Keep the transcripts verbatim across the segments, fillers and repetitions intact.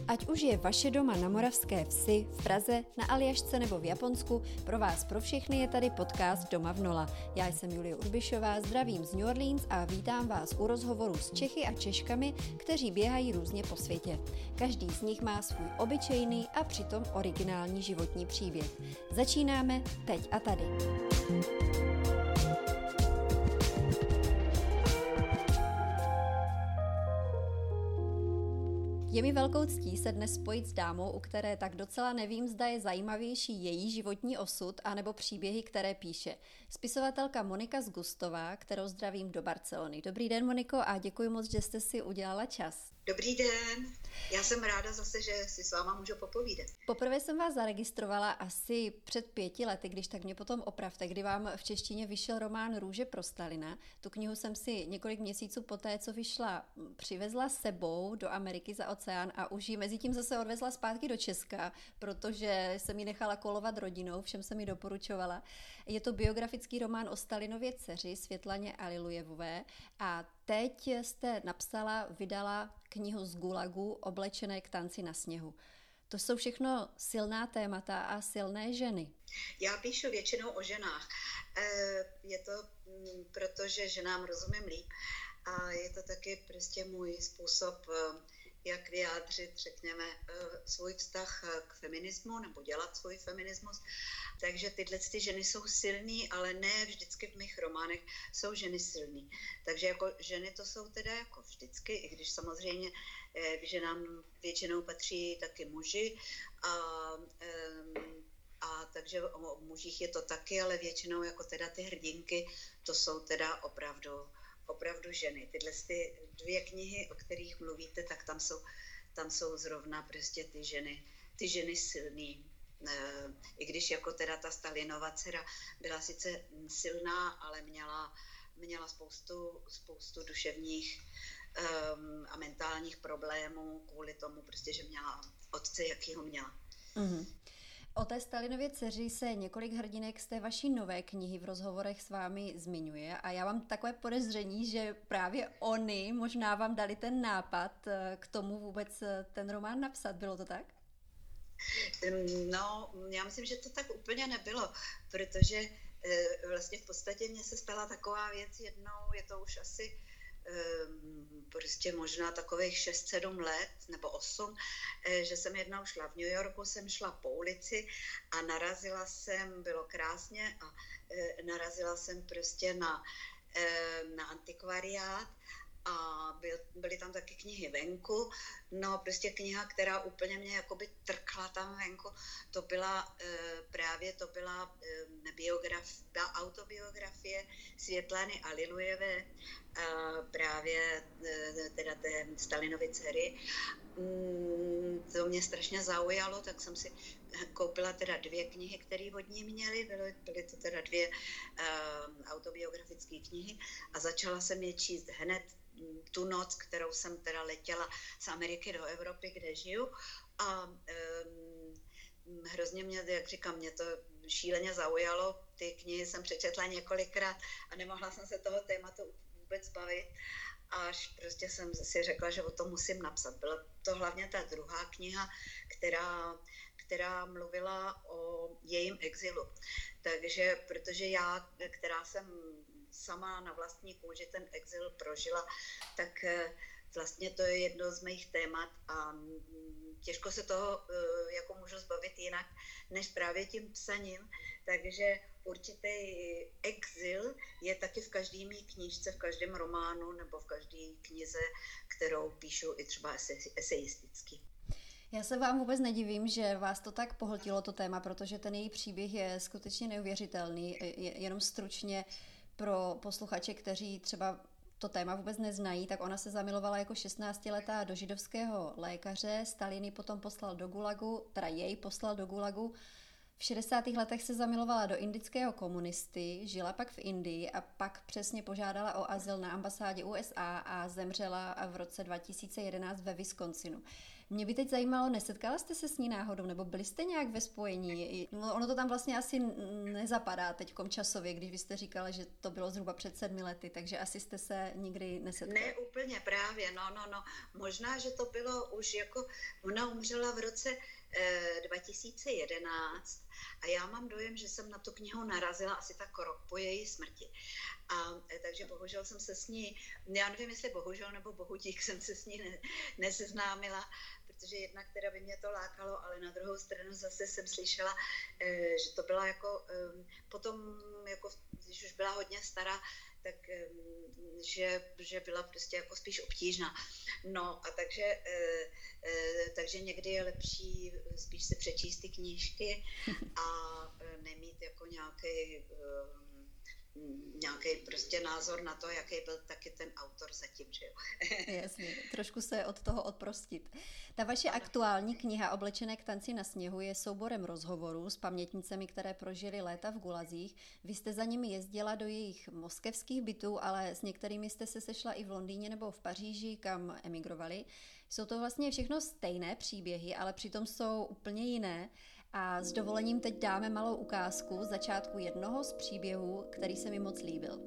Ať už je vaše doma na Moravské Vsi, v Praze, na Aljašce nebo v Japonsku, pro vás pro všechny je tady podcast Doma v Nola. Já jsem Julie Urbišová, zdravím z New Orleans a vítám vás u rozhovoru s Čechy a Češkami, kteří běhají různě po světě. Každý z nich má svůj obyčejný a přitom originální životní příběh. Začínáme teď a tady. Je mi velkou ctí se dnes spojit s dámou, u které tak docela nevím, zda je zajímavější její životní osud anebo příběhy, které píše. Spisovatelka Monika Zgustová, kterou zdravím do Barcelony. Dobrý den, Moniko, a děkuji moc, že jste si udělala čas. Dobrý den, já jsem ráda zase, že si s váma můžu popovídat. Poprvé jsem vás zaregistrovala asi před pěti lety, když tak mě potom opravte, kdy vám v češtině vyšel román Růže pro Stalina. Tu knihu jsem si několik měsíců poté, co vyšla, přivezla s sebou do Ameriky za oceán a už ji mezi tím zase odvezla zpátky do Česka, protože jsem ji nechala kolovat rodinou, všem jsem ji doporučovala. Je to biografický román o Stalinově dceři Světlaně Allilujevové a teď jste napsala, vydala knihu Z Gulagu Oblečené k tanci na sněhu. To jsou všechno silná témata a silné ženy. Já píšu většinou o ženách. Je to proto, že ženám rozumím líp a je to taky prostě můj způsob, jak vyjádřit, řekněme, svůj vztah k feminismu nebo dělat svůj feminismus. Takže tyhle ty ženy jsou silný, ale ne vždycky v mých románech jsou ženy silný. Takže jako ženy to jsou teda jako vždycky, i když samozřejmě k ženám většinou patří taky muži. A, a takže o mužích je to taky, ale většinou jako teda ty hrdinky, to jsou teda opravdu opravdu ženy. Tyhle ty dvě knihy, o kterých mluvíte, tak tam jsou, tam jsou zrovna prostě ty ženy, ty ženy silný. I když jako teda ta Stalinova dcera byla sice silná, ale měla, měla spoustu, spoustu duševních um, a mentálních problémů kvůli tomu, prostě, že měla otce, jakýho měla. Mm-hmm. O té Stalinově dceři se několik hrdinek z té vaší nové knihy v rozhovorech s vámi zmiňuje a já mám takové podezření, že právě oni možná vám dali ten nápad k tomu vůbec ten román napsat. Bylo to tak? No, já myslím, že to tak úplně nebylo, protože vlastně v podstatě mně se stala taková věc jednou, je to už asi prostě možná takových šest sedm let nebo osm, že jsem jednou šla v New Yorku, jsem šla po ulici a narazila jsem, bylo krásně a narazila jsem prostě na, na antikvariát a byl, byly tam taky knihy venku, no prostě kniha, která úplně mě jakoby trkla tam venku, to byla právě, to byla biograf, autobiografie Světlany Allilujevové, právě teda té Stalinovy dcery. To mě strašně zaujalo, tak jsem si koupila teda dvě knihy, které od ní měly, byly, byly to teda dvě autobiografické knihy a začala jsem je číst hned tu noc, kterou jsem teda letěla z Ameriky do Evropy, kde žiju a um, hrozně mě, jak říkám, mě to šíleně zaujalo, ty knihy jsem přečetla několikrát a nemohla jsem se toho tématu vůbec bavit, až prostě jsem si řekla, že o tom musím napsat. Byla to hlavně ta druhá kniha, která, která mluvila o jejím exilu. Takže, protože já, která jsem sama na vlastní kůži ten exil prožila, tak vlastně to je jedno z mých témat a těžko se toho jako můžu zbavit jinak, než právě tím psaním. Takže určitý exil je taky v každé mý knížce, v každém románu nebo v každé knize, kterou píšu i třeba esejisticky. Já se vám vůbec nedivím, že vás to tak pohltilo, to téma, protože ten její příběh je skutečně neuvěřitelný. Jenom stručně pro posluchače, kteří třeba to téma vůbec neznají, tak ona se zamilovala jako šestnáctiletá do židovského lékaře, Stalin ji potom poslal do Gulagu, teda jej poslal do Gulagu. V šedesátých letech se zamilovala do indického komunisty, žila pak v Indii a pak přesně požádala o azyl na ambasádě U S A a zemřela v roce dva tisíce jedenáct ve Wisconsinu. Mě by teď zajímalo, nesetkala jste se s ní náhodou, nebo byli jste nějak ve spojení? No, ono to tam vlastně asi nezapadá teďkom časově, když vy jste říkala, že to bylo zhruba před sedmi lety, takže asi jste se nikdy nesetkali. Ne úplně právě, no, no, no. Možná, že to bylo už jako, ona umřela v roce eh, dva tisíce jedenáct a já mám dojem, že jsem na tu knihu narazila asi tak rok po její smrti. A eh, takže bohužel jsem se s ní, já nevím, jestli bohužel nebo bohudík jsem se s ní ne, neseznámila, protože jednak teda by mě to lákalo, ale na druhou stranu zase jsem slyšela, eh, že to byla jako, eh, potom, jako, když už byla hodně stará, tak že, že byla prostě jako spíš obtížná. No a takže, e, e, takže někdy je lepší spíš si přečíst ty knížky a nemít jako nějaký e, nějaký prostě názor na to, jaký byl taky ten autor zatím, že jo. Jasně, trošku se od toho odprostit. Ta vaše aktuální kniha Oblečené k tanci na sněhu je souborem rozhovorů s pamětnicemi, které prožily léta v gulazích. Vy jste za nimi jezdila do jejich moskevských bytů, ale s některými jste se sešla i v Londýně nebo v Paříži, kam emigrovali. Jsou to vlastně všechno stejné příběhy, ale přitom jsou úplně jiné. A s dovolením teď dáme malou ukázku z začátku jednoho z příběhů, který se mi moc líbil.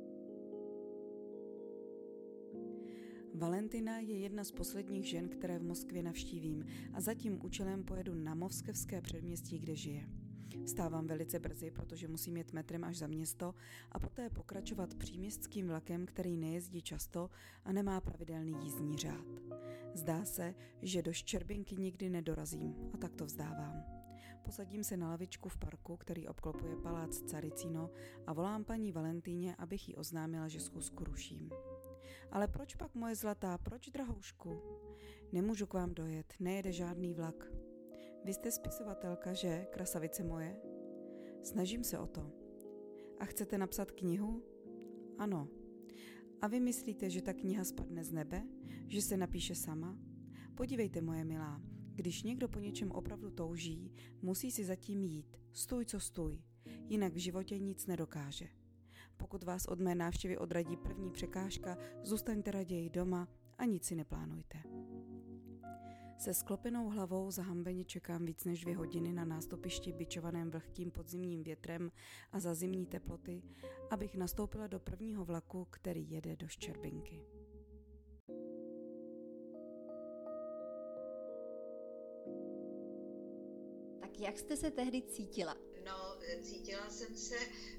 Valentina je jedna z posledních žen, které v Moskvě navštívím a za tím účelem pojedu na moskevské předměstí, kde žije. Vstávám velice brzy, protože musím jet metrem až za město a poté pokračovat příměstským vlakem, který nejezdí často a nemá pravidelný jízdní řád. Zdá se, že do Ščerbinky nikdy nedorazím a tak to vzdávám. Posadím se na lavičku v parku, který obklopuje palác Caricino a volám paní Valentíně, abych jí oznámila, že schůzku ruším. Ale proč pak, moje zlatá, proč, drahoušku? Nemůžu k vám dojet, nejede žádný vlak. Vy jste spisovatelka, že, krasavice moje? Snažím se o to. A chcete napsat knihu? Ano. A vy myslíte, že ta kniha spadne z nebe? Že se napíše sama? Podívejte, moje milá, když někdo po něčem opravdu touží, musí si zatím jít, stůj co stůj, jinak v životě nic nedokáže. Pokud vás od mé návštěvy odradí první překážka, zůstaňte raději doma a nic si neplánujte. Se sklopenou hlavou zahambeně čekám víc než dvě hodiny na nástupišti bičovaném vlhkým podzimním větrem a za zimní teploty, abych nastoupila do prvního vlaku, který jede do Ščerbinky. Tak jak jste se tehdy cítila? No, cítila jsem se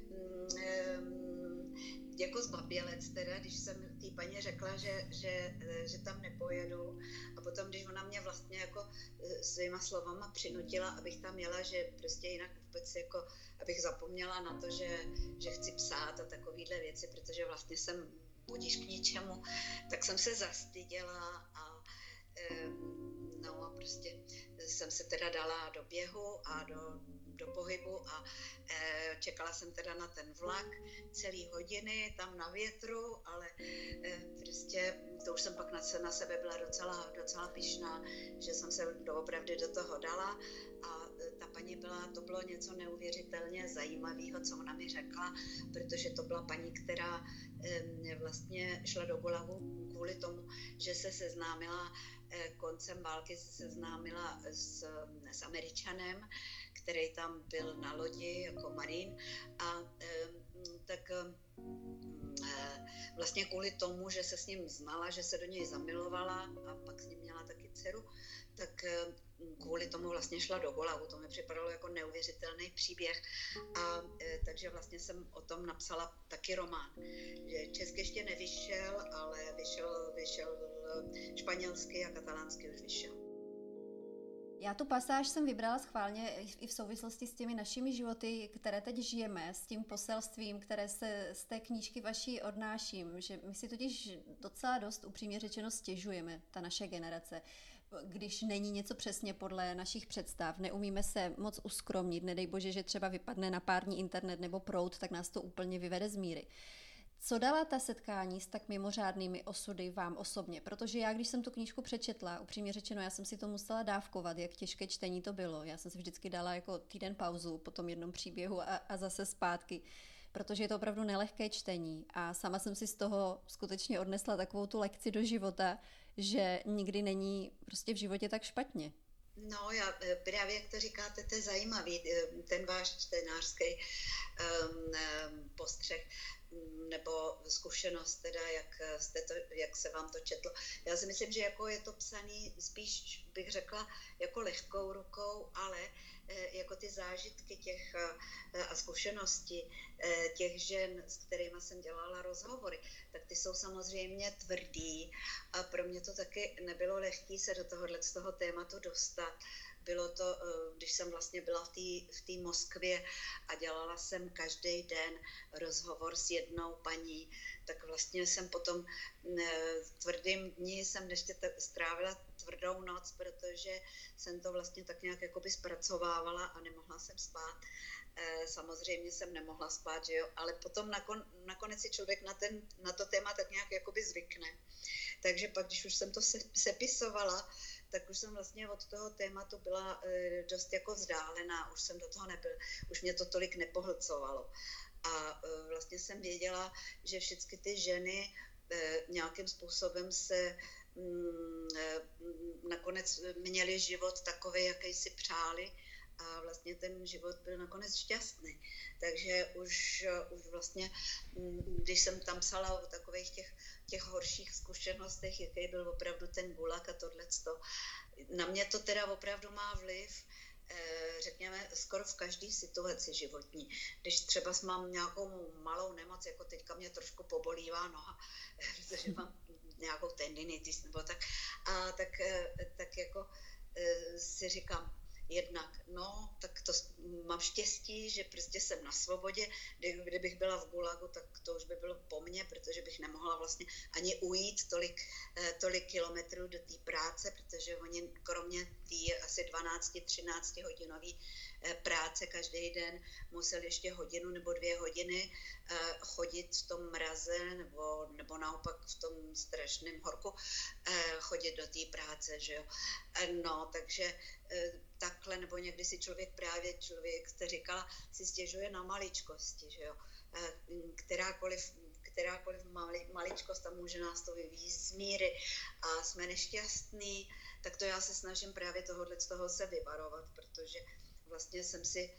mm, jako zbabělec teda, když jsem té paní řekla, že, že, že tam nepojedu a potom, když ona mě vlastně jako svýma slovama přinutila, abych tam jela, že prostě jinak vůbec jako, abych zapomněla na to, že, že chci psát a takovýhle věci, protože vlastně jsem budíš k ničemu, tak jsem se zastyděla a no a prostě jsem se teda dala do běhu a do, do pohybu a e, čekala jsem teda na ten vlak celý hodiny tam na větru, ale e, prostě to už jsem pak na, na sebe byla docela, docela pyšná, že jsem se doopravdy do toho dala a e, ta paní byla, to bylo něco neuvěřitelně zajímavého, co ona mi řekla, protože to byla paní, která e, vlastně šla do Gulagu kvůli tomu, že se seznámila koncem války se seznámila s, s Američanem, který tam byl na lodi jako marín a e, tak e, vlastně kvůli tomu, že se s ním znala, že se do něj zamilovala a pak s ním měla taky dceru, tak e, kvůli tomu vlastně šla do Gulagu. To mi připadalo jako neuvěřitelný příběh a e, takže vlastně jsem o tom napsala taky román. Že česky ještě nevyšel, ale vyšel, vyšel španělsky a katalánsky už vyšel. Já tu pasáž jsem vybrala schválně i v souvislosti s těmi našimi životy, které teď žijeme, s tím poselstvím, které se z té knížky vaší odnáším, že my si totiž docela dost upřímně řečeno stěžujeme, ta naše generace, když není něco přesně podle našich představ, neumíme se moc uskromnit, nedej bože, že třeba vypadne na pární internet nebo proud, tak nás to úplně vyvede z míry. Co dala ta setkání s tak mimořádnými osudy vám osobně? Protože já, když jsem tu knížku přečetla, upřímně řečeno, já jsem si to musela dávkovat, jak těžké čtení to bylo. Já jsem si vždycky dala jako týden pauzu po tom jednom příběhu a, a zase zpátky. protože je to opravdu nelehké čtení a sama jsem si z toho skutečně odnesla takovou tu lekci do života, že nikdy není prostě v životě tak špatně. No, já právě, jak to říkáte, to je zajímavý, ten váš čtenářský um, um, postřeh nebo zkušenost, teda, jak, jste to, jak se vám to četlo. Já si myslím, že jako je to psaný spíš, bych řekla, jako lehkou rukou, ale jako ty zážitky těch a zkušenosti těch žen, s kterými jsem dělala rozhovory, tak ty jsou samozřejmě tvrdý a pro mě to taky nebylo lehké se do tohohle z toho tématu dostat. Bylo to, když jsem vlastně byla v té v té Moskvě a dělala jsem každý den rozhovor s jednou paní, tak vlastně jsem potom tvrdým dní jsem ještě strávila tvrdou noc, protože jsem to vlastně tak nějak jakoby zpracovávala a nemohla jsem spát. Samozřejmě jsem nemohla spát, že jo, ale potom nakon, nakonec si člověk na, ten, na to téma tak nějak jakoby zvykne. Takže pak, když už jsem to se, sepisovala, tak už jsem vlastně od toho tématu byla e, dost jako vzdálená, už jsem do toho nebyl, už mě to tolik nepohlcovalo. A e, vlastně jsem věděla, že všechny ty ženy e, nějakým způsobem se mm, e, nakonec měly život takový, jaký si přáli, a vlastně ten život byl nakonec šťastný. Takže už, už vlastně, když jsem tam psala o takových těch, těch horších zkušenostech, jaký byl opravdu ten gulag a tohleto, na mě to teda opravdu má vliv, řekněme, skoro v každé situaci životní. Když třeba mám nějakou malou nemoc, jako teďka mě trošku pobolívá noha, protože mám nějakou tendinitis nebo tak, a tak, tak jako si říkám, jednak, no, tak to mám štěstí, že prostě jsem na svobodě. Kdy, kdybych byla v gulagu, tak to už by bylo po mně, protože bych nemohla vlastně ani ujít tolik, tolik kilometrů do té práce, protože oni kromě té asi dvanáct třináct hodinový práce každý den musel ještě hodinu nebo dvě hodiny chodit v tom mraze nebo, nebo naopak v tom strašném horku chodit do té práce, že jo. No, takže takhle, nebo někdy si člověk právě, člověk, jste říkala, si stěžuje na maličkosti, že jo. Kterákoliv, kterákoliv mali, maličkost tam může nás to vyvíjet z míry a jsme nešťastní, tak to já se snažím právě tohohle z toho se vyvarovat, protože vlastně jsem si,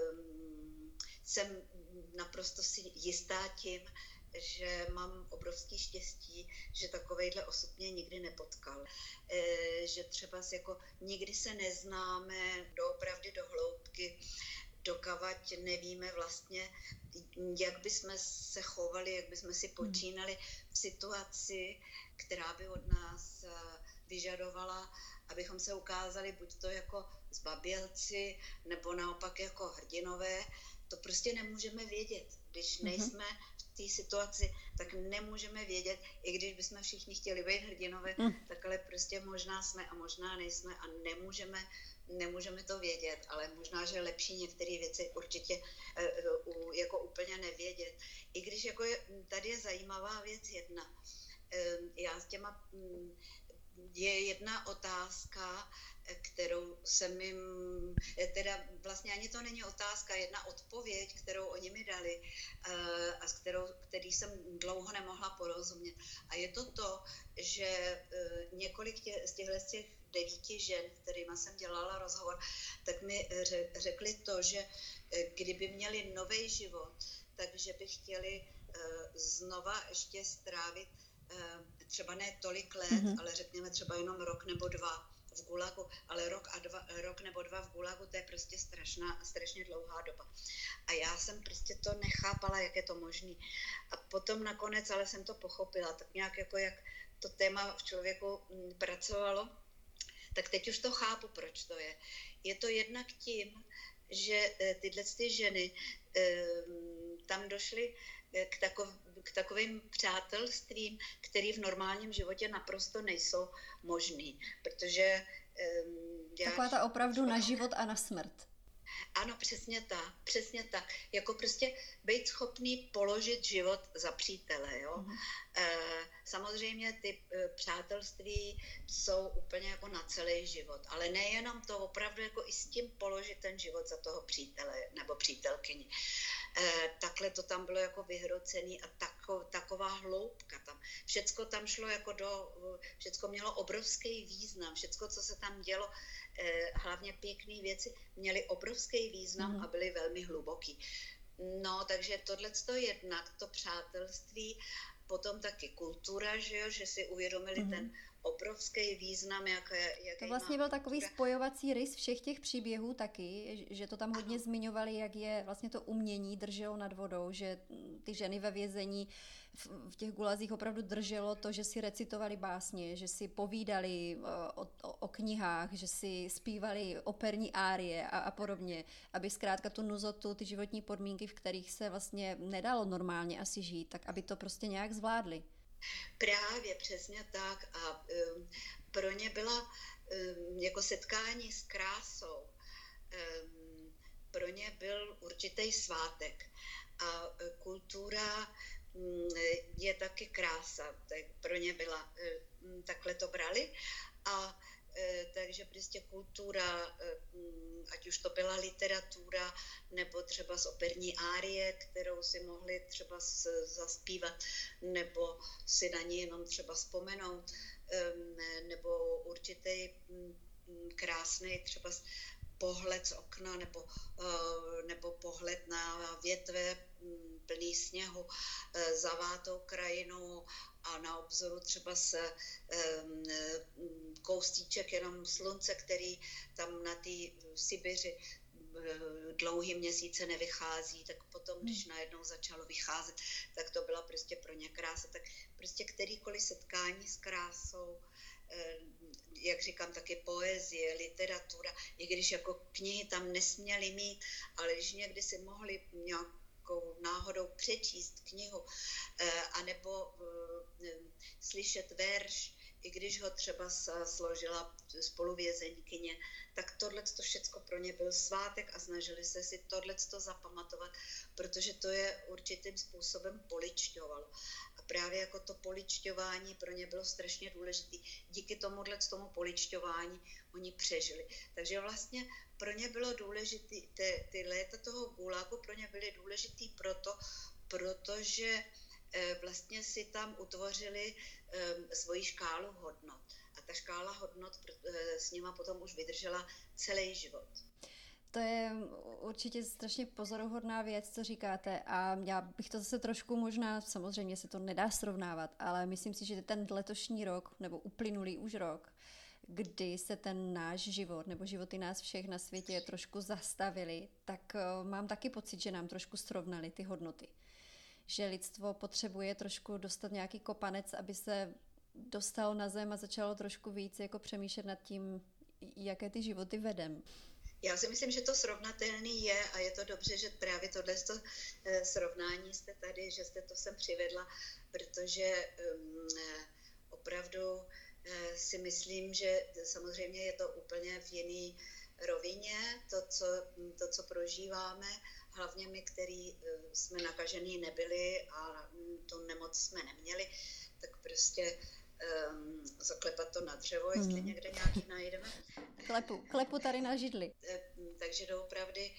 um, jsem naprosto si jistá tím, že mám obrovský štěstí, že takovejhle osud mě nikdy nepotkal. E, že třeba jako nikdy se neznáme doopravdy do hloubky, dokavať nevíme vlastně, jak bychom se chovali, jak bychom si počínali v situaci, která by od nás vyžadovala, abychom se ukázali buď to jako zbabělci, nebo naopak jako hrdinové. To prostě nemůžeme vědět. Když nejsme v té situaci, tak nemůžeme vědět, i když bychom všichni chtěli být hrdinové, mm. tak ale prostě možná jsme a možná nejsme a nemůžeme, nemůžeme to vědět, ale možná, že je lepší některé věci určitě uh, jako úplně nevědět. I když jako je, tady je zajímavá věc jedna. Uh, já s těma um, je jedna otázka, kterou jsem jim, teda vlastně ani to není otázka, jedna odpověď, kterou oni mi dali a s kterou, který jsem dlouho nemohla porozumět. A je to to, že několik tě, z těchto z těch devíti žen, kterýma jsem dělala rozhovor, tak mi řekli to, že kdyby měli nový život, takže by chtěli znova ještě strávit třeba ne tolik let, mm-hmm. ale řekněme třeba jenom rok nebo dva v gulagu, ale rok, a dva, rok nebo dva v gulagu, to je prostě strašná, strašně dlouhá doba. A já jsem prostě to nechápala, jak je to možný. A potom nakonec, ale jsem to pochopila, tak nějak jako jak to téma v člověku pracovalo, tak teď už to chápu, proč to je. Je to jednak tím, že tyhle ty ženy tam došly k, takov, k takovým přátelstvím, které v normálním životě naprosto nejsou možný, protože... Um, já Taková ta opravdu na život a na smrt. Ano, přesně tak, přesně tak. Jako prostě být schopný položit život za přítele, jo. Mm. E, samozřejmě ty e, přátelství jsou úplně jako na celý život, ale nejenom to, opravdu jako i s tím položit ten život za toho přítele nebo přítelkyni. E, takhle to tam bylo jako vyhrocený a tako, taková hloubka tam. Všecko tam šlo jako do, všecko mělo obrovský význam, všecko, co se tam dělo, hlavně pěkné věci, měly obrovský význam mm. a byly velmi hluboký. No, takže tohleto jednak, to přátelství, potom taky kultura, že jo, že si uvědomili mm. ten obrovský význam, jak, jaký to vlastně byl takový spojovací rys všech těch příběhů taky, že to tam hodně ano. zmiňovali, jak je vlastně to umění drželo nad vodou, že ty ženy ve vězení v, v těch gulazích opravdu drželo to, že si recitovali básně, že si povídali o, o, o knihách, že si zpívali operní árie a, a podobně, aby zkrátka tu nuzotu, ty životní podmínky, v kterých se vlastně nedalo normálně asi žít, tak aby to prostě nějak zvládli. Právě, přesně tak a um, pro ně byla um, jako setkání s krásou, um, pro ně byl určitý svátek a uh, kultura um, je taky krása, tak pro ně byla, um, takhle to brali a takže prostě kultura, ať už to byla literatura, nebo třeba z operní árie, kterou si mohli třeba zaspívat, nebo si na ní jenom třeba vzpomenout, nebo určitý krásný třeba pohled z okna, nebo, nebo pohled na větve plný sněhu, zavátou krajinu a na obzoru třeba se um, koustíček jenom slunce, který tam na té Sibiři dlouhý měsíce nevychází, tak potom, když najednou začalo vycházet, tak to byla prostě pro ně krása. Tak prostě kterýkoliv setkání s krásou, jak říkám, taky poezie, literatura, i když jako knihy tam nesměly mít, ale když někdy si mohli nějak náhodou přečíst knihu, anebo slyšet verš, i když ho třeba složila spoluvězeňkyně, tak tohleto všecko pro ně byl svátek a snažili se si tohleto zapamatovat, protože to je určitým způsobem poličťovalo. A právě jako to poličťování pro ně bylo strašně důležité. Díky tomuhle tomu poličťování oni přežili. Takže vlastně pro ně bylo důležité, ty, ty léta toho gulagu pro ně byly důležitý proto, protože e, vlastně si tam utvořili e, svoji škálu hodnot. A ta škála hodnot e, s nima potom už vydržela celý život. To je určitě strašně pozoruhodná věc, co říkáte, a já bych to zase trošku možná, samozřejmě se to nedá srovnávat, ale myslím si, že ten letošní rok, nebo uplynulý už rok, kdy se ten náš život nebo životy nás všech na světě trošku zastavili, tak mám taky pocit, že nám trošku srovnali ty hodnoty. Že lidstvo potřebuje trošku dostat nějaký kopanec, aby se dostalo na zem a začalo trošku víc jako přemýšlet nad tím, jaké ty životy vedem. Já si myslím, že to srovnatelný je a je to dobře, že právě tohle srovnání jste tady, že jste to sem přivedla, protože um, opravdu si myslím, že samozřejmě je to úplně v jiný rovině, to, co, to, co prožíváme, hlavně my, který jsme nakažený nebyli a tu nemoc jsme neměli, tak prostě um, zaklepat to na dřevo, jestli mm. někde nějaký najdeme. Klepu, klepu tady na židli. Takže doopravdy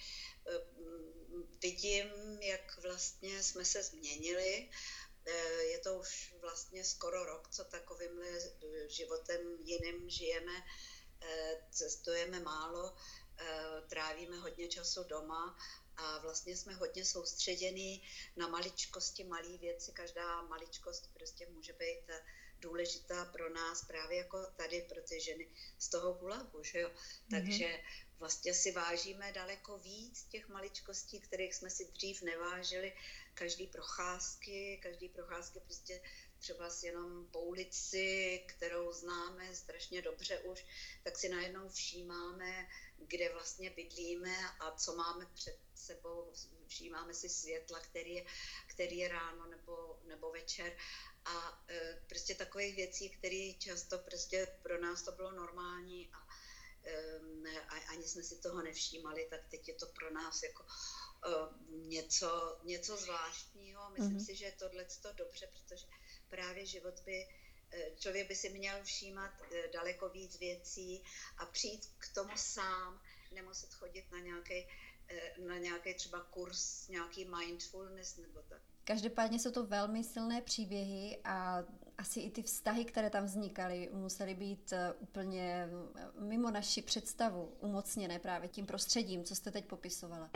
um, vidím, jak vlastně jsme se změnili. Je to už vlastně skoro rok, co takovýmhle životem jiným žijeme, cestujeme málo, trávíme hodně času doma a vlastně jsme hodně soustředění na maličkosti, malé věci. Každá maličkost prostě může být důležitá pro nás, právě jako tady pro ty ženy z toho gulagu, že jo. Mm-hmm. Takže vlastně si vážíme daleko víc těch maličkostí, kterých jsme si dřív nevážili. Každý procházky, každý procházky prostě třeba si jenom po ulici, kterou známe strašně dobře už, tak si najednou všímáme, kde vlastně bydlíme a co máme před sebou. Všímáme si světla, který je, který je ráno nebo, nebo večer. A e, prostě takových věcí, které často prostě pro nás to bylo normální a a ani jsme si toho nevšímali, tak teď je to pro nás jako něco, něco zvláštního. Myslím mm-hmm. si, že tohle je to dobře, protože právě život by, člověk by si měl všímat daleko víc věcí a přijít k tomu sám, nemuset chodit na nějaký, na nějaký třeba kurz, nějaký mindfulness nebo tak. Každopádně jsou to velmi silné příběhy a asi i ty vztahy, které tam vznikaly, musely být úplně mimo naši představu umocněné právě tím prostředím, co jste teď popisovala.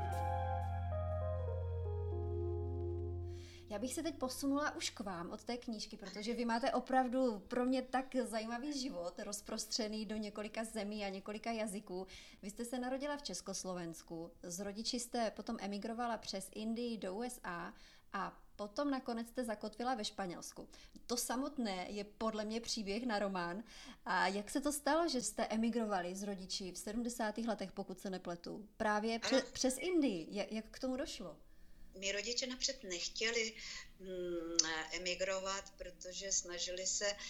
Já bych se teď posunula už k vám od té knížky, protože vy máte opravdu pro mě tak zajímavý život, rozprostřený do několika zemí a několika jazyků. Vy jste se narodila v Československu, z rodiči jste potom emigrovala přes Indii do U S A a potom nakonec jste zakotvila ve Španělsku. To samotné je podle mě příběh na román. A jak se to stalo, že jste emigrovali s rodiči v sedmdesátých letech, pokud se nepletu, právě pře- přes Indii? Jak, jak k tomu došlo? Mí rodiče napřed nechtěli mm, emigrovat, protože snažili se e,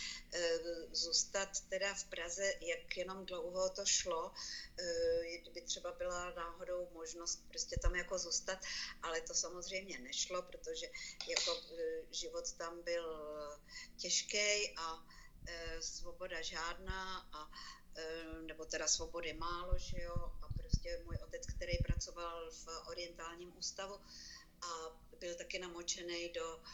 zůstat teda v Praze, jak jenom dlouho to šlo, e, kdyby třeba byla náhodou možnost prostě tam jako zůstat, ale to samozřejmě nešlo, protože jako e, život tam byl těžký a e, svoboda žádná a e, nebo teda svobody málo, že jo, a prostě můj otec, který pracoval v orientálním ústavu, a byl taky namočený do,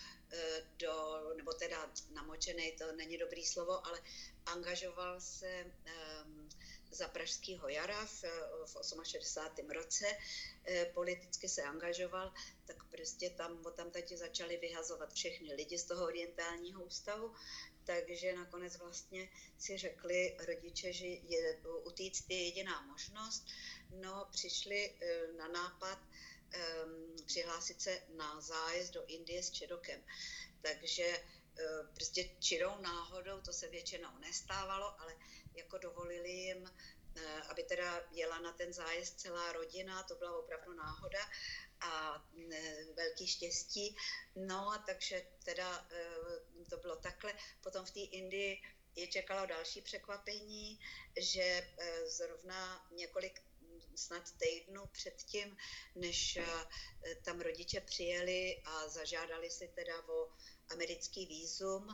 do, nebo teda namočený, to není dobrý slovo, ale angažoval se um, za Pražského jara v, v šedesátém osmém roce, e, politicky se angažoval, tak prostě tam, tam teď začali vyhazovat všechny lidi z toho orientálního ústavu, takže nakonec vlastně si řekli rodiče, že je, utíct je jediná možnost, no přišli e, na nápad, Um, přihlásit se na zájezd do Indie s Čedokem. Takže uh, prostě čirou náhodou, to se většinou nestávalo, ale jako dovolili jim, uh, aby teda jela na ten zájezd celá rodina, to byla opravdu náhoda a uh, velký štěstí. No a takže teda uh, to bylo takhle. Potom v té Indii je čekalo další překvapení, že uh, zrovna několik snad týdnu předtím, než tam rodiče přijeli a zažádali si teda o americký vízum,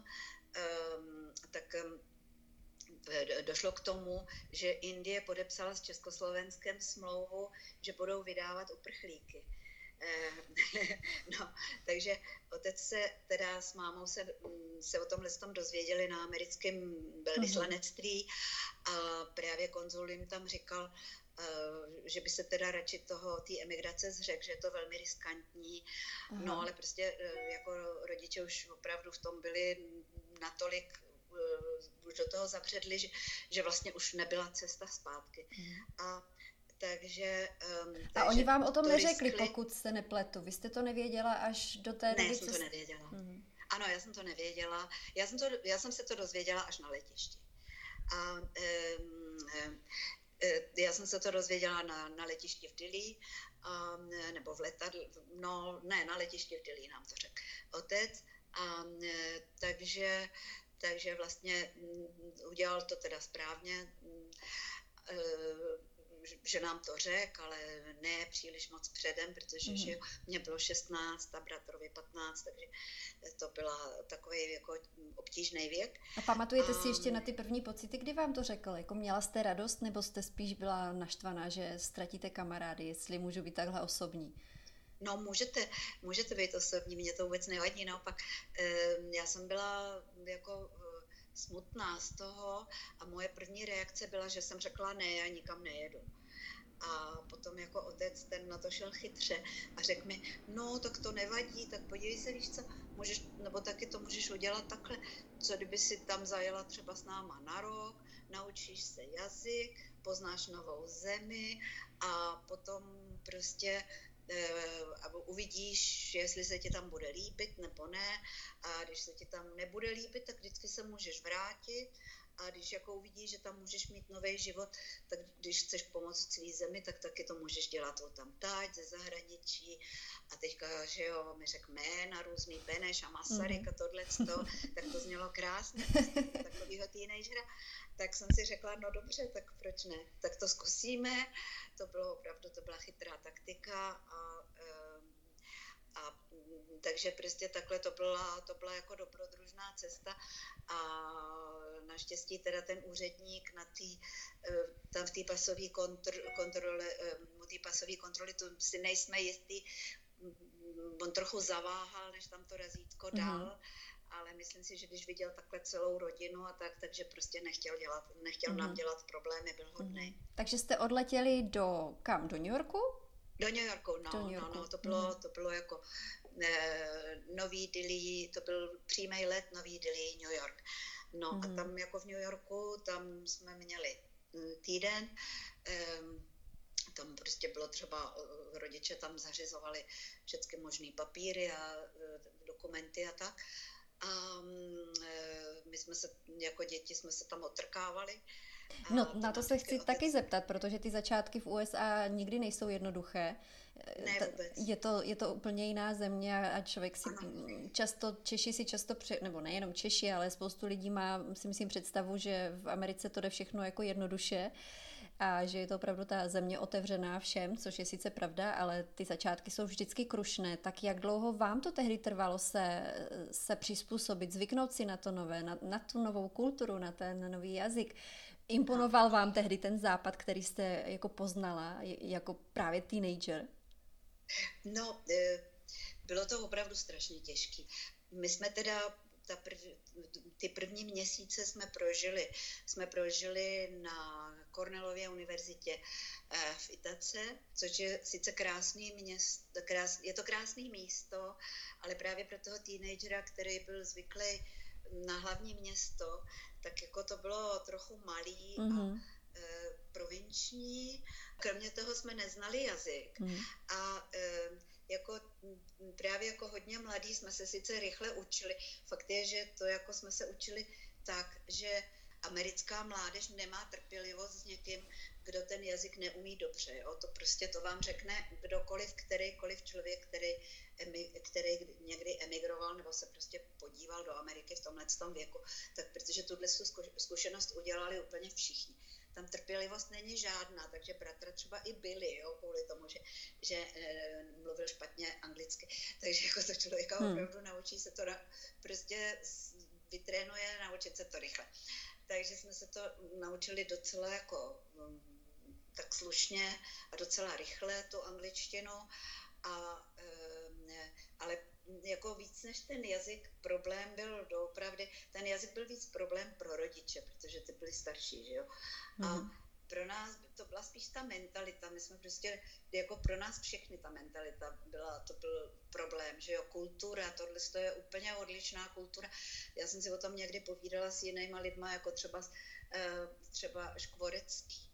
tak došlo k tomu, že Indie podepsala s Československem smlouvu, že budou vydávat uprchlíky. No, takže otec se teda s mámou se, se o tomhle tom dozvěděli na americkém velvyslanectví a právě konzul jim tam říkal, že by se teda radši toho, té emigrace zřekl, že je to velmi riskantní. Aha. No ale prostě jako rodiče už opravdu v tom byli natolik už do toho zabředli, že, že vlastně už nebyla cesta zpátky. Aha. A takže... Um, takže a oni vám o tom to neřekli, riskli... pokud se nepletu. Vy jste to nevěděla až do té doby? Ne, já jsem to nevěděla. Hmm. Ano, já jsem to nevěděla. Já jsem, to, já jsem se to dozvěděla až na letišti. A um, um, já jsem se to dozvěděla na, na letišti v Dili, a, nebo v letadle, no ne, na letišti v Dili nám to řekl otec. A, takže, takže vlastně udělal to teda správně, že nám to řekl, ale ne příliš moc předem, protože mm-hmm. že mě bylo šestnáct a bratrovi patnáct, takže to byla takový jako obtížný věk. A pamatujete a... si ještě na ty první pocity, kdy vám to řekl? Jako měla jste radost, nebo jste spíš byla naštvaná, že ztratíte kamarády, jestli můžu být takhle osobní? No můžete, můžete být osobní, mě to vůbec nevadí, naopak já jsem byla jako smutná z toho a moje první reakce byla, že jsem řekla ne, já nikam nejedu. A potom jako otec, ten na to šel chytře a řekl mi, no tak to nevadí, tak podívej se, víš co, můžeš, nebo taky to můžeš udělat takhle, co kdyby si tam zajela třeba s náma na rok, naučíš se jazyk, poznáš novou zemi a potom prostě a uvidíš, jestli se ti tam bude líbit nebo ne, a když se ti tam nebude líbit, tak vždycky se můžeš vrátit a když jako uvidíš, že tam můžeš mít nový život, tak když chceš pomoct svý zemi, tak taky to můžeš dělat o tam tať, ze zahraničí. A teďka, že jo, mi řekl jména různý, Beneš a Masaryk mm-hmm. a tohleto, tak to znělo krásně, takovýho teenagera. Tak jsem si řekla, no dobře, tak proč ne? Tak to zkusíme. To bylo opravdu, to byla chytrá taktika a, a takže prostě takhle to byla, to byla jako dobrodružná cesta a naštěstí teda ten úředník na tý, tam v té pasové kontrole, kontrole, u té pasové kontroly, to si nejsme jistý, on trochu zaváhal, než tam to razítko dal, mm-hmm. ale myslím si, že když viděl takhle celou rodinu a tak, takže prostě nechtěl dělat, nechtěl mm-hmm. nám dělat problémy, byl hodnej. Mm-hmm. Takže jste odletěli do kam? Do New Yorku? Do New Yorku, no, do New Yorku. no, no to bylo, mm-hmm. to bylo jako eh, Nový Dillí, to byl přímý let Nový Dillí, New York. No mm-hmm. a tam jako v New Yorku, tam jsme měli týden, eh, tam prostě bylo třeba, rodiče tam zařizovali všechny možný papíry a dokumenty a tak. A my jsme se, jako děti jsme se tam otrkávali. No, na to se chci otec... taky zeptat, protože ty začátky v U S A nikdy nejsou jednoduché. Ne, vůbec. Je to, je to úplně jiná země a člověk si ano. často, Češi si často, pře, nebo nejenom Češi, ale spoustu lidí má, si myslím, představu, že v Americe to jde všechno jako jednoduše a že je to opravdu ta země otevřená všem, což je sice pravda, ale ty začátky jsou vždycky krušné. Tak jak dlouho vám to tehdy trvalo se, se přizpůsobit, zvyknout si na to nové, na, na tu novou kulturu, na ten nový jazyk? Imponoval vám tehdy ten západ, který jste jako poznala jako právě teenager? No, bylo to opravdu strašně těžký. My jsme teda ta prv, ty první měsíce jsme prožili, jsme prožili na Cornellově univerzitě v Itace, což je sice krásný město, krás, je to krásné místo, ale právě pro toho teenagera, který byl zvyklý na hlavní město, tak jako to bylo trochu malý mm-hmm. a e, provinční. Kromě toho jsme neznali jazyk mm-hmm. a e, jako právě jako hodně mladí jsme se sice rychle učili. Fakt je, že to jako jsme se učili tak, že americká mládež nemá trpělivost s někým, kdo ten jazyk neumí dobře. Jo? To prostě to vám řekne kdokoliv, kterýkoliv člověk, který, který někdy emigroval nebo se prostě podíval do Ameriky v tomhletom věku, tak protože tuhle zkušenost udělali úplně všichni. Tam trpělivost není žádná, takže bratra třeba i byli, jo, kvůli tomu, že, že e, mluvil špatně anglicky. Takže jako to člověka hmm. opravdu naučí se to, na, prostě vytrénuje, naučit se to rychle. Takže jsme se to naučili docela jako um, tak slušně a docela rychle, tu angličtinu. A, um, ale jako víc než ten jazyk, problém byl doopravdy, ten jazyk byl víc problém pro rodiče, protože ty byli starší, že jo. Mm. A pro nás to byla spíš ta mentalita, my jsme prostě, jako pro nás všechny ta mentalita byla, to byl problém, že jo, kultura, tohle to je úplně odlišná kultura. Já jsem si o tom někdy povídala s jinýma lidma, jako třeba, třeba Škvorecký.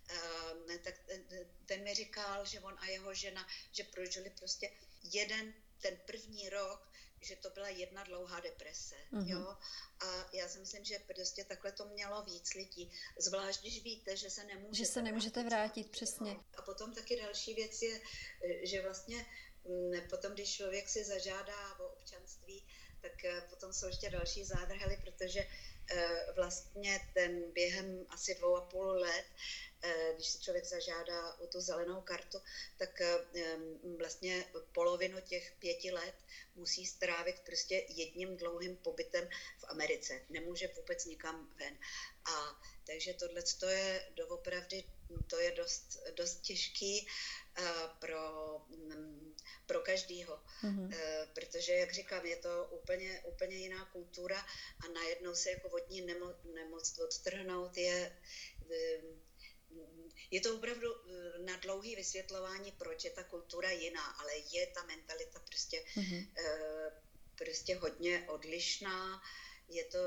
Tak ten mi říkal, že on a jeho žena, že prožili prostě jeden ten první rok, že to byla jedna dlouhá deprese, mm-hmm. jo. A já si myslím, že prostě takhle to mělo víc lidí. Zvlášť, když víte, že se nemůžete Že se nemůžete vrátit, vrátit přesně. Jo. A potom taky další věc je, že vlastně potom, když člověk si zažádá o občanství, tak potom jsou ještě další zádrhely, protože vlastně ten během asi dvou a půl let, když si člověk zažádá o tu zelenou kartu, tak vlastně polovinu těch pěti let musí strávit prostě jedním dlouhým pobytem v Americe. Nemůže vůbec nikam ven. A takže tohle je doopravdy, to je dost, dost těžký pro, pro každýho. Mm-hmm. Protože, jak říkám, je to úplně, úplně jiná kultura a najednou se jako od ní nemo, nemoc odtrhnout je... Je to opravdu na dlouhé vysvětlování, proč je ta kultura jiná, ale je ta mentalita prostě, mm-hmm. prostě hodně odlišná. Je to,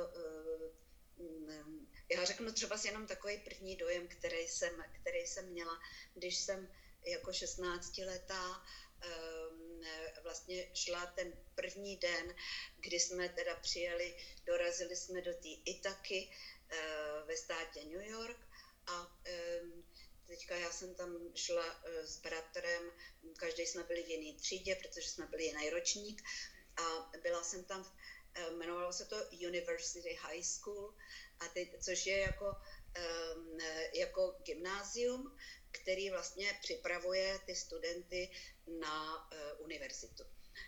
já řeknu třeba jenom takový první dojem, který jsem, který jsem měla, když jsem jako šestnáctiletá vlastně šla ten první den, kdy jsme teda přijeli, dorazili jsme do té Ithaky ve státě New York a teďka já jsem tam šla s bratrem, každý jsme byli v jiné třídě, protože jsme byli jiný ročník a byla jsem tam, jmenovalo se to University High School, a teď, což je jako, jako gymnázium, který vlastně připravuje ty studenty na univerzitu.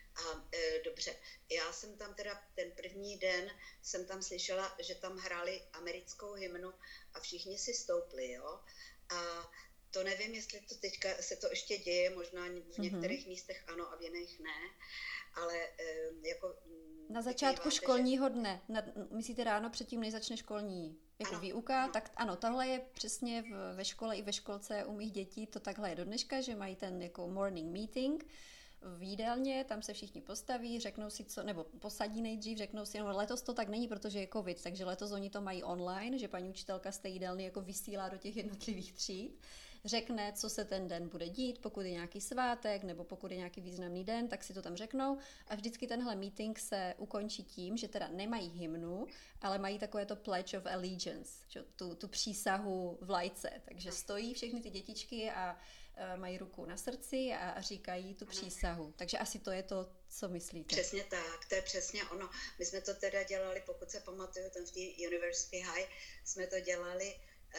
A e, dobře, já jsem tam teda ten první den, jsem tam slyšela, že tam hráli americkou hymnu a všichni si stoupli, jo. A to nevím, jestli to teďka se to ještě děje, možná v některých mm-hmm. místech ano a v jiných ne, ale e, jako... Na začátku váte, školního že... dne, na, myslíte ráno předtím, než začne školní jako ano, výuka, ano. Tak ano, tohle je přesně v, ve škole i ve školce u mých dětí, to takhle je do dneška, že mají ten jako morning meeting v jídelně, tam se všichni postaví, řeknou si co, nebo posadí nejdřív, řeknou si, no letos to tak není, protože je covid, takže letos oni to mají online, že paní učitelka z té jídelny jako vysílá do těch jednotlivých tříd, řekne, co se ten den bude dít, pokud je nějaký svátek, nebo pokud je nějaký významný den, tak si to tam řeknou a vždycky tenhle meeting se ukončí tím, že teda nemají hymnu, ale mají takové to pledge of allegiance, že, tu, tu přísahu vlajce, takže stojí všechny ty dětičky a mají ruku na srdci a říkají tu přísahu. Takže asi to je to, co myslíte. Přesně tak, to je přesně ono. My jsme to teda dělali, pokud se pamatuju, tam v té University High, jsme to dělali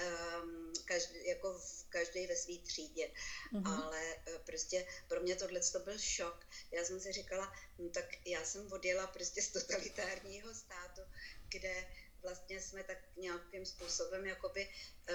um, každý, jako v každý ve své třídě. Mm-hmm. Ale uh, prostě pro mě tohle to byl šok. Já jsem si říkala, no, tak já jsem odjela prostě z totalitárního státu, kde vlastně jsme tak nějakým způsobem jakoby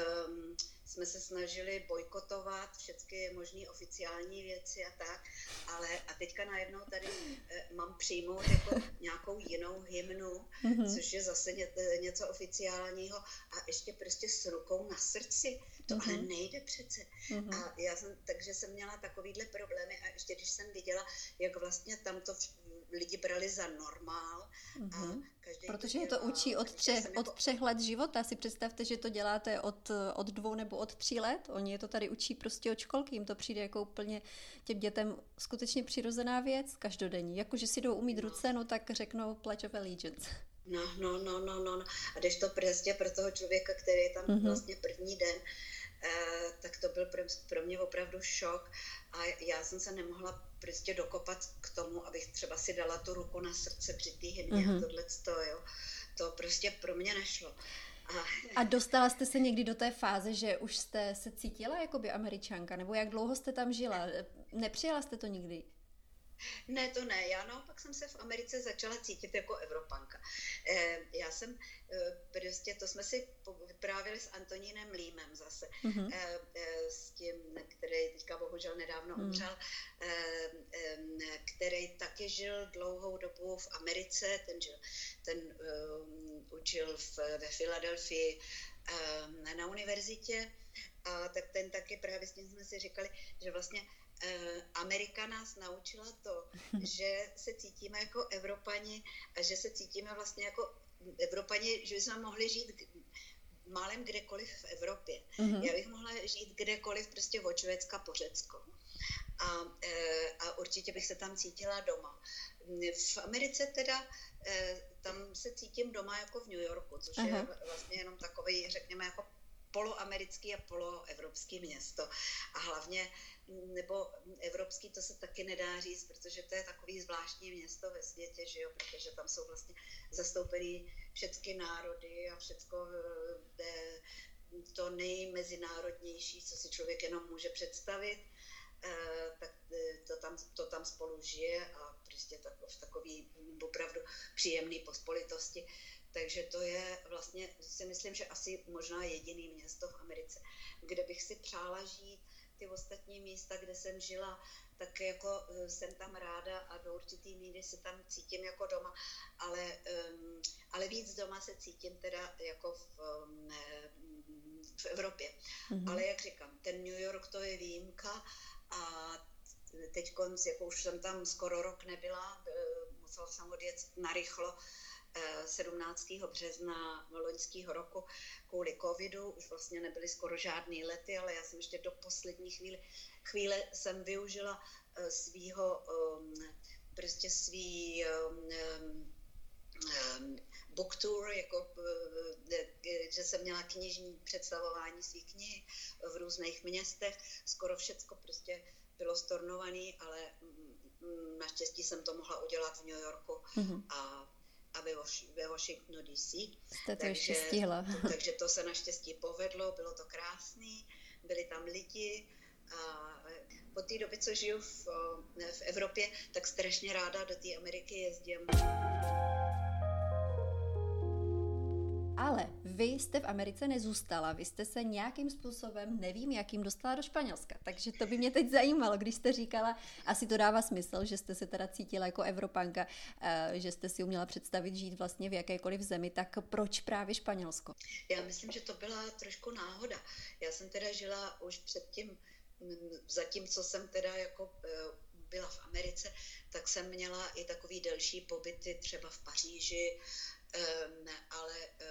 um, jsme se snažili bojkotovat všechny možné oficiální věci a tak, ale a teďka najednou tady uh, mám přijmout jako nějakou jinou hymnu, mm-hmm. což je zase ně, něco oficiálního a ještě prostě s rukou na srdci. To mm-hmm. ale nejde přece. Mm-hmm. A já jsem, takže jsem měla takovýhle problémy a ještě když jsem viděla, jak vlastně tam to lidi brali za normál. Mm-hmm. A protože je to učí od třech, jako... od třech let života. Si představte, že to děláte od, od dvou nebo od tří let. Oni je to tady učí prostě od školky. Jim to přijde jako úplně těm dětem skutečně přirozená věc, každodenní. Jako, že si jdou umýt no. ruce, no tak řeknou Pledge of Allegiance. No, no, no, no, no. A když to prostě pro toho člověka, který je tam mm-hmm. vlastně první den, eh, tak to byl pro, pro mě opravdu šok. A já jsem se nemohla prostě dokopat k tomu, abych třeba si dala tu ruku na srdce při té hymně mm-hmm. a tohleto, jo. To prostě pro mě nešlo. A... a dostala jste se někdy do té fáze, že už jste se cítila jakoby Američanka, nebo jak dlouho jste tam žila? Nepřijela jste to nikdy? Ne, to ne. Já naopak jsem se v Americe začala cítit jako Evropanka. E, já jsem e, prostě, to jsme si vyprávěli s Antonínem Límem zase, mm-hmm. e, e, s tím, který teďka bohužel nedávno mm. umřel, e, e, který taky žil dlouhou dobu v Americe, ten, žil, ten um, učil v, ve Filadelfii um, na univerzitě a tak ten taky právě s tím jsme si říkali, že vlastně Amerika nás naučila to, že se cítíme jako Evropani a že se cítíme vlastně jako Evropani, že bychom mohli žít málem kdekoliv v Evropě. Mm-hmm. Já bych mohla žít kdekoliv prostě od Švédska po Řecko. A, a určitě bych se tam cítila doma. V Americe teda tam se cítím doma jako v New Yorku, což Aha. je vlastně jenom takový, řekněme, jako poloamerický a poloevropský město. A hlavně, nebo evropský, to se taky nedá říct, protože to je takový zvláštní město ve světě, že jo, protože tam jsou vlastně zastoupený všechny národy a všecko to nejmezinárodnější, co si člověk jenom může představit, tak to tam, to tam spolu žije a prostě v takový opravdu příjemný pospolitosti. Takže to je vlastně, si myslím, že asi možná jediný město v Americe, kde bych si přála žít. Ty ostatní místa, kde jsem žila, tak jako jsem tam ráda a do určitý míry se tam cítím jako doma, ale, um, ale víc doma se cítím teda jako v, um, v Evropě. Mm-hmm. Ale jak říkám, ten New York to je výjimka a teď, jako už jsem tam skoro rok nebyla, musela jsem odjet narychlo, sedmnáctého března loňského roku kvůli covidu. Už vlastně nebyly skoro žádný lety, ale já jsem ještě do poslední chvíle, chvíle jsem využila svýho, prostě svý book tour, jako, že jsem měla knižní představování svých knih v různých městech. Skoro všecko prostě bylo stornované, ale naštěstí jsem to mohla udělat v New Yorku mm-hmm. a, a ve, ve Washingtonu D C. Jste to ještě stihla. to, takže to se naštěstí povedlo, bylo to krásný, byli tam lidi a po té době, co žiju v, v Evropě, tak strašně ráda do té Ameriky jezdím. Ale vy jste v Americe nezůstala, vy jste se nějakým způsobem, nevím jakým, dostala do Španělska, takže to by mě teď zajímalo, když jste říkala, asi to dává smysl, že jste se teda cítila jako Evropanka, že jste si uměla představit žít vlastně v jakékoliv zemi, tak proč právě Španělsko? Já myslím, že to byla trošku náhoda. Já jsem teda žila už předtím, zatímco jsem teda jako byla v Americe, tak jsem měla i takový delší pobyty třeba v Paříži, Um, ale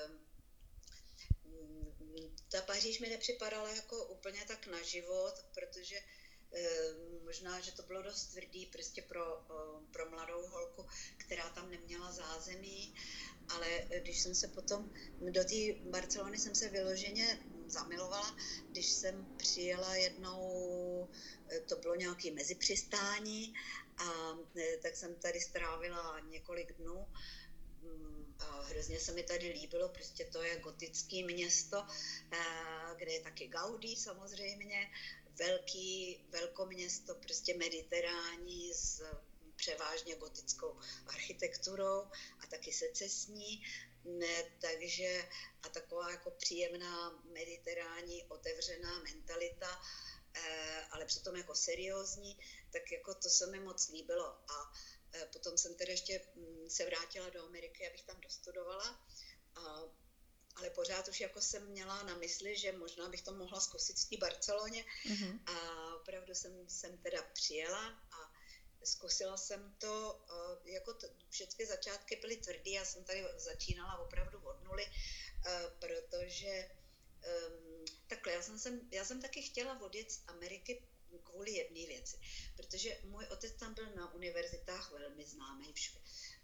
um, ta Paříž mi nepřipadala jako úplně tak na život, protože um, možná, že to bylo dost tvrdý prostě pro, um, pro mladou holku, která tam neměla zázemí, ale když jsem se potom do té Barcelony jsem se vyloženě zamilovala, když jsem přijela jednou, to bylo nějaké mezipřistání, a tak jsem tady strávila několik dnů. A hrozně se mi tady líbilo, prostě to je gotické město, kde je taky Gaudí samozřejmě, velký, velkoměsto, prostě mediterální s převážně gotickou architekturou a taky secesní, ne, takže a taková jako příjemná mediterální otevřená mentalita, ale přitom jako seriózní, tak jako to se mi moc líbilo. A potom jsem tedy ještě se vrátila do Ameriky, abych tam dostudovala, a, ale pořád už jako jsem měla na mysli, že možná bych to mohla zkusit v té Barceloně. Mm-hmm. A opravdu jsem, jsem teda přijela a zkusila jsem to, a jako t- všechny začátky byly tvrdý, já jsem tady začínala opravdu od nuly, protože um, takhle, já jsem, jsem, já jsem taky chtěla odjet z Ameriky kvůli jedné věci, protože můj otec tam byl na univerzitách velmi známý všude.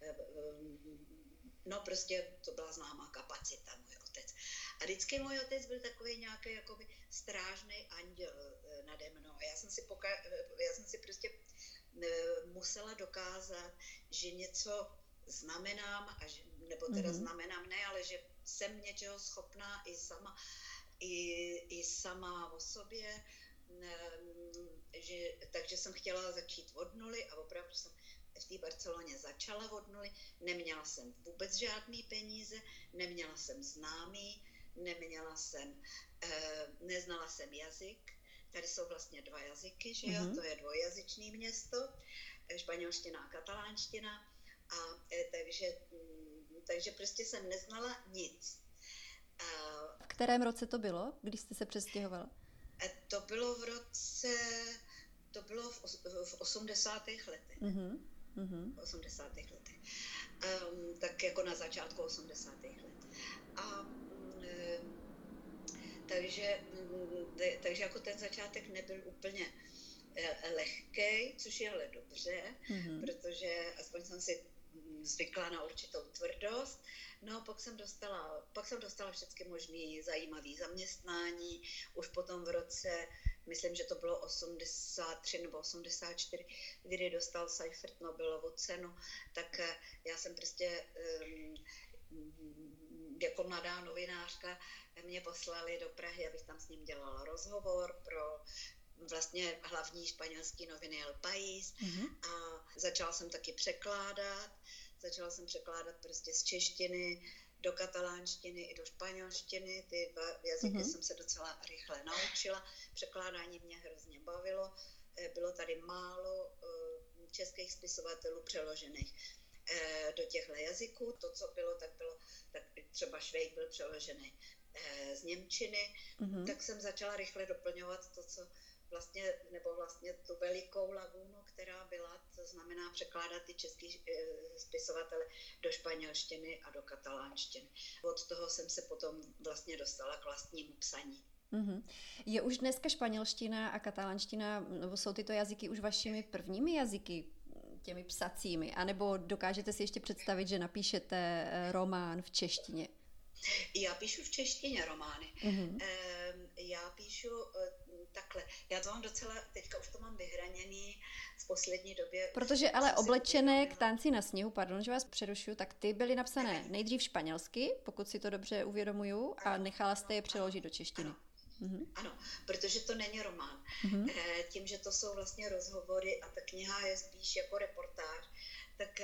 No prostě to byla známá kapacita, můj otec. A vždycky můj otec byl takový nějaký jakoby strážný anděl nade mnou. Já jsem si, poka- já jsem si prostě musela dokázat, že něco znamenám, a že, nebo teda mm-hmm. znamenám ne, ale že jsem něčeho schopná i sama, i, i sama o sobě. Že, takže jsem chtěla začít od nuly a opravdu jsem v té Barceloně začala od nuly. Neměla jsem vůbec žádný peníze, neměla jsem známý, neměla jsem, eh, neznala jsem jazyk. Tady jsou vlastně dva jazyky, že jo? Mm-hmm. To je dvojjazyčné město, španělština a katalánština. A eh, takže, mm, takže prostě jsem neznala nic. A, v kterém roce to bylo, když jste se přestěhovala? To bylo v roce, to bylo v, v osmdesátých letech. Mm-hmm. V osmdesátých letech. Um, tak jako na začátku osmdesátých let. A um, takže, um, takže jako ten začátek nebyl úplně uh, lehkej, což je ale dobře, mm-hmm. protože aspoň jsem si zvykla na určitou tvrdost. No, pak jsem dostala, pak jsem dostala všechny možný zajímavý zaměstnání. Už potom v roce, myslím, že to bylo osmdesát tři nebo osmdesát čtyři, kdy dostal Seifert Nobelovu cenu, tak já jsem prostě um, jako mladá novinářka mě poslali do Prahy, abych tam s ním dělala rozhovor pro vlastně hlavní španělský noviny El País. Mm-hmm. A začala jsem taky překládat. Začala jsem překládat prostě z češtiny do katalánštiny i do španělštiny. Ty dva jazyky mm-hmm. jsem se docela rychle naučila. Překládání mě hrozně bavilo. Bylo tady málo českých spisovatelů přeložených do těchto jazyků. To, co bylo, tak bylo, tak třeba Švejk byl přeložený z němčiny. Mm-hmm. Tak jsem začala rychle doplňovat to, co vlastně, nebo vlastně tu velikou lagunu, která byla, to znamená překládat ty český spisovatele do španělštiny a do katalánštiny. Od toho jsem se potom vlastně dostala k vlastnímu psaní. Mm-hmm. Je už dneska španělština a katalánština, nebo jsou tyto jazyky už vašimi prvními jazyky, těmi psacími, anebo dokážete si ještě představit, že napíšete román v češtině? Já píšu v češtině romány. Mm-hmm. Já píšu takhle. Já to mám docela, teďka už to mám vyhraněný v poslední době. Protože ale Oblečené k tanci na sněhu, pardon, že vás přerušuju, tak ty byly napsané nejdřív španělsky, pokud si to dobře uvědomuju, a nechala jste je přeložit do češtiny. Ano. Mm-hmm. Ano, protože to není román. Mm-hmm. Tím, že to jsou vlastně rozhovory a ta kniha je spíš jako reportáž, tak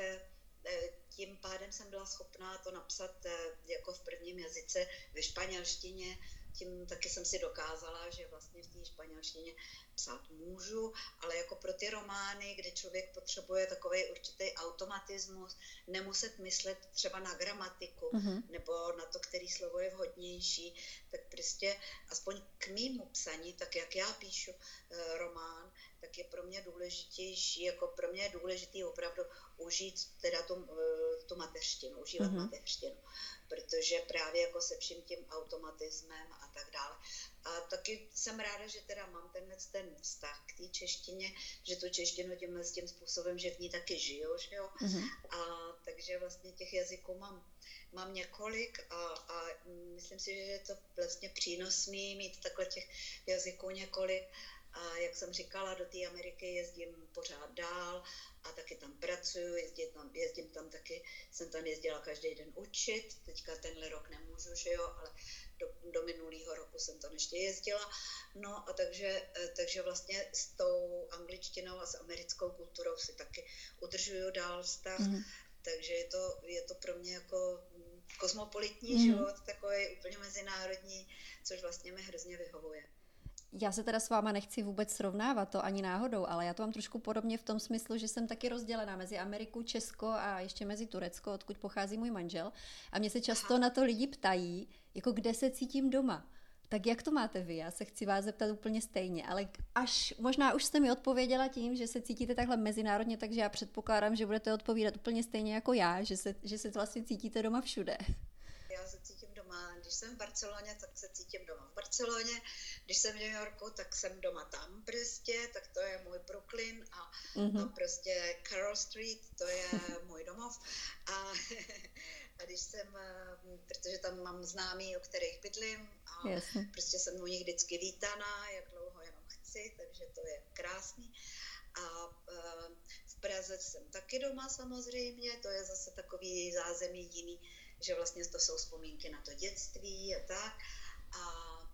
tím pádem jsem byla schopná to napsat jako v prvním jazyce ve španělštině. Tím taky jsem si dokázala, že vlastně v té španělštině psát můžu, ale jako pro ty romány, kde člověk potřebuje takový určitý automatismus, nemuset myslet třeba na gramatiku mm-hmm. nebo na to, který slovo je vhodnější, tak prostě aspoň k mému psaní, tak jak já píšu e, román, tak je pro mě důležitější, jako pro mě je důležitý opravdu užít teda tu, tu mateřštinu, užívat mm-hmm. mateřštinu, protože právě jako se vším tím automatismem a tak dále. A taky jsem ráda, že teda mám tenhle ten vztah k té češtině, že tu češtinu tímhle s tím způsobem, že v ní taky žiju, že jo. Mm-hmm. A takže vlastně těch jazyků mám, mám několik a, a myslím si, že je to vlastně přínosný mít takhle těch jazyků několik. A jak jsem říkala, do té Ameriky jezdím pořád dál a taky tam pracuju, jezdím tam, jezdím tam taky, jsem tam jezdila každý den učit, teďka tenhle rok nemůžu, že jo, ale do, do minulého roku jsem tam ještě jezdila. No a takže, takže vlastně s tou angličtinou a s americkou kulturou si taky udržuju dál vztah, mm. takže je to, je to pro mě jako kosmopolitní mm. život, takový úplně mezinárodní, což vlastně mi hrozně vyhovuje. Já se teda s váma nechci vůbec srovnávat, to ani náhodou, ale já to mám trošku podobně v tom smyslu, že jsem taky rozdělená mezi Ameriku, Česko a ještě mezi Turecko, odkud pochází můj manžel. A mě se často Aha. na to lidi ptají, jako kde se cítím doma. Tak jak to máte vy? Já se chci vás zeptat úplně stejně, ale až možná už jste mi odpověděla tím, že se cítíte takhle mezinárodně, takže já předpokládám, že budete odpovídat úplně stejně jako já, že se, že se vlastně cítíte doma všude. Já se cítím doma, když jsem v Barceloně, tak se cítím doma v Barceloně, když jsem v New Yorku, tak jsem doma tam prostě, tak to je můj Brooklyn a, mm-hmm. a prostě Carroll Street, to je můj domov a, a když jsem, protože tam mám známí, u kterých bydlím a Jasně. prostě jsem u nich vždycky vítaná, jak dlouho jenom chci, takže to je krásný. A v Praze jsem taky doma samozřejmě, to je zase takový zázemí jiný, že vlastně to jsou vzpomínky na to dětství a tak. A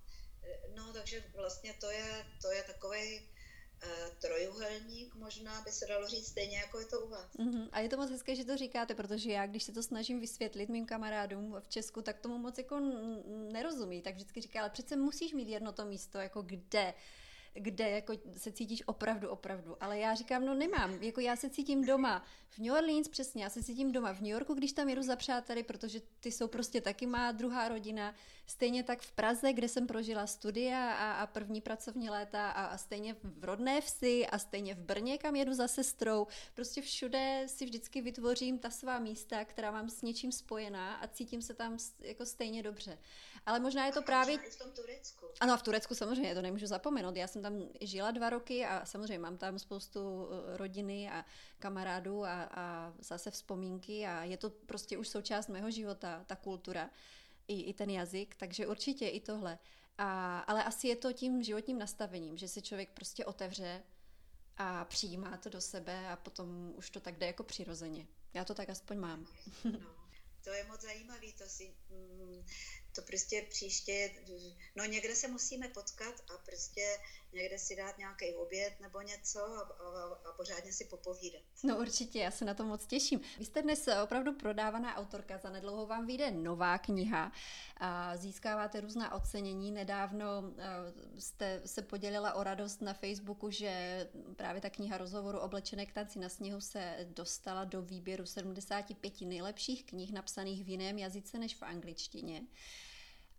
no, takže vlastně to je, to je takovej uh, trojuhelník, možná by se dalo říct, stejně jako je to u vás. Uh-huh. A je to moc hezké, že to říkáte, protože já, když se to snažím vysvětlit mým kamarádům v Česku, tak tomu moc jako nerozumí. Tak vždycky říká, ale přece musíš mít jedno to místo, jako kde kde jako se cítíš opravdu, opravdu. Ale já říkám, no nemám, jako já se cítím doma v New Orleans, přesně, já se cítím doma v New Yorku, když tam jedu za přáteli, protože ty jsou prostě taky má druhá rodina, stejně tak v Praze, kde jsem prožila studia a, a první pracovní léta a, a stejně v rodné vsi a stejně v Brně, kam jedu za sestrou, prostě všude si vždycky vytvořím ta svá místa, která mám s něčím spojená a cítím se tam jako stejně dobře. Ale možná je to a právě... i v tom Turecku. Ano, v Turecku samozřejmě, to nemůžu zapomenout. Já jsem tam žila dva roky a samozřejmě mám tam spoustu rodiny a kamarádů a, a zase vzpomínky a je to prostě už součást mého života, ta kultura, i, i ten jazyk, takže určitě i tohle. A, ale asi je to tím životním nastavením, že si člověk prostě otevře a přijímá to do sebe a potom už to tak jde jako přirozeně. Já to tak aspoň mám. No, to je moc zajímavý, to si... Mm, to prostě příště, no někde se musíme potkat a prostě někde si dát nějaký oběd nebo něco a, a, a pořádně si popovídat. No určitě, já se na to moc těším. Vy jste dnes opravdu prodávaná autorka, zanedlouho vám vyjde nová kniha a získáváte různá ocenění. Nedávno jste se podělila o radost na Facebooku, že právě ta kniha rozhovoru Oblečené k tanci na sněhu se dostala do výběru sedmdesáti pěti nejlepších knih napsaných v jiném jazyce než v angličtině.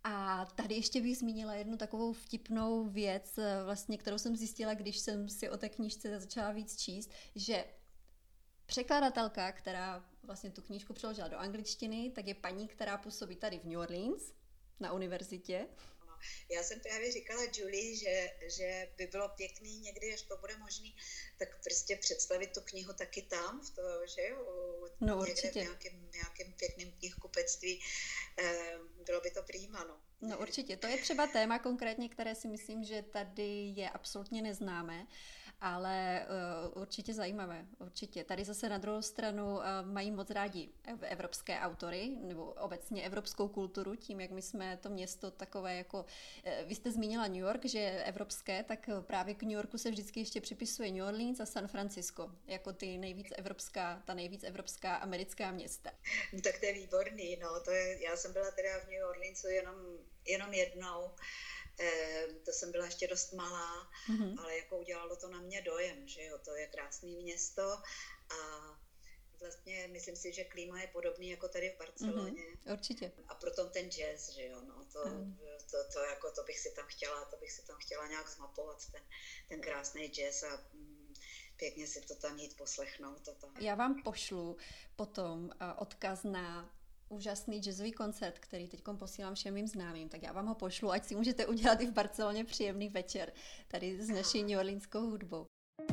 A tady ještě bych zmínila jednu takovou vtipnou věc, vlastně, kterou jsem zjistila, když jsem si o té knížce začala víc číst, že překladatelka, která vlastně tu knížku přeložila do angličtiny, tak je paní, která působí tady v New Orleans na univerzitě. Já jsem právě říkala Julie, že, že by bylo pěkný někdy, až to bude možný, tak prostě představit tu knihu taky tam, v to, že jo, no, někde určitě. v nějakém, nějakém pěkném knihkupectví, eh, bylo by to prýma, no. No určitě, to je třeba téma konkrétně, které si myslím, že tady je absolutně neznámé, ale uh, určitě zajímavé, určitě. Tady zase na druhou stranu uh, mají moc rádi evropské autory, nebo obecně evropskou kulturu, tím, jak my jsme to město takové jako, uh, vy jste zmínila New York, že je evropské, tak právě k New Yorku se vždycky ještě připisuje New Orleans a San Francisco, jako ty nejvíc evropská, ta nejvíc evropská americká města. No, tak to je výborný, no, to je, já jsem byla teda v New Orleansu jenom, jenom jednou, Eh, to jsem byla ještě dost malá, mm-hmm. ale jako udělalo to na mě dojem, že jo, to je krásné město a vlastně myslím si, že klima je podobný jako tady v Barceloně. Mm-hmm. Určitě. A potom ten jazz, že jo, no, to, mm. to, to, jako, to bych si tam chtěla, to bych si tam chtěla nějak zmapovat, ten, ten krásný jazz a mm, pěkně si to tam jít poslechnout. To tam. Já vám pošlu potom uh, odkaz na úžasný jazzový koncert, který teď posílám všem mým známým, tak já vám ho pošlu, ať si můžete udělat i v Barceloně příjemný večer tady s naší New Orleanskou hudbou.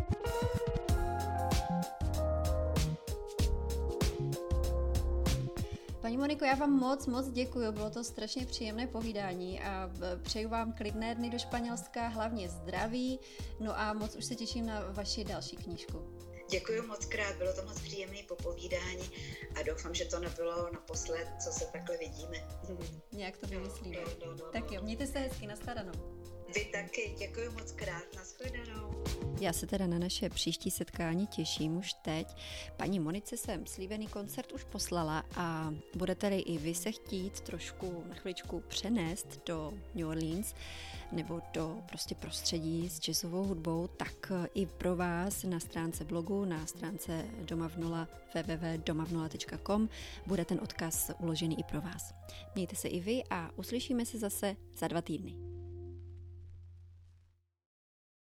Paní Moniko, já vám moc, moc děkuji, bylo to strašně příjemné povídání a přeju vám klidné dny do Španělska, hlavně zdraví, no a moc už se těším na vaši další knížku. Děkuji moc krát, bylo to moc příjemné popovídání a doufám, že to nebylo naposled, co se takhle vidíme. Nějak to vymyslíme. No, no, no, no, tak jo, mějte se hezky, nashledanou. Vy taky, děkuji moc krát, nashledanou. Já se teda na naše příští setkání těším už teď. Paní Monice jsem slíbený koncert už poslala a budete-li i vy se chtít trošku na chviličku přenést do New Orleans nebo do prostě prostředí s jazzovou hudbou, tak i pro vás na stránce blogu, na stránce Doma v nula w w w tečka doma v nula tečka com bude ten odkaz uložený i pro vás. Mějte se i vy a uslyšíme se zase za dva týdny.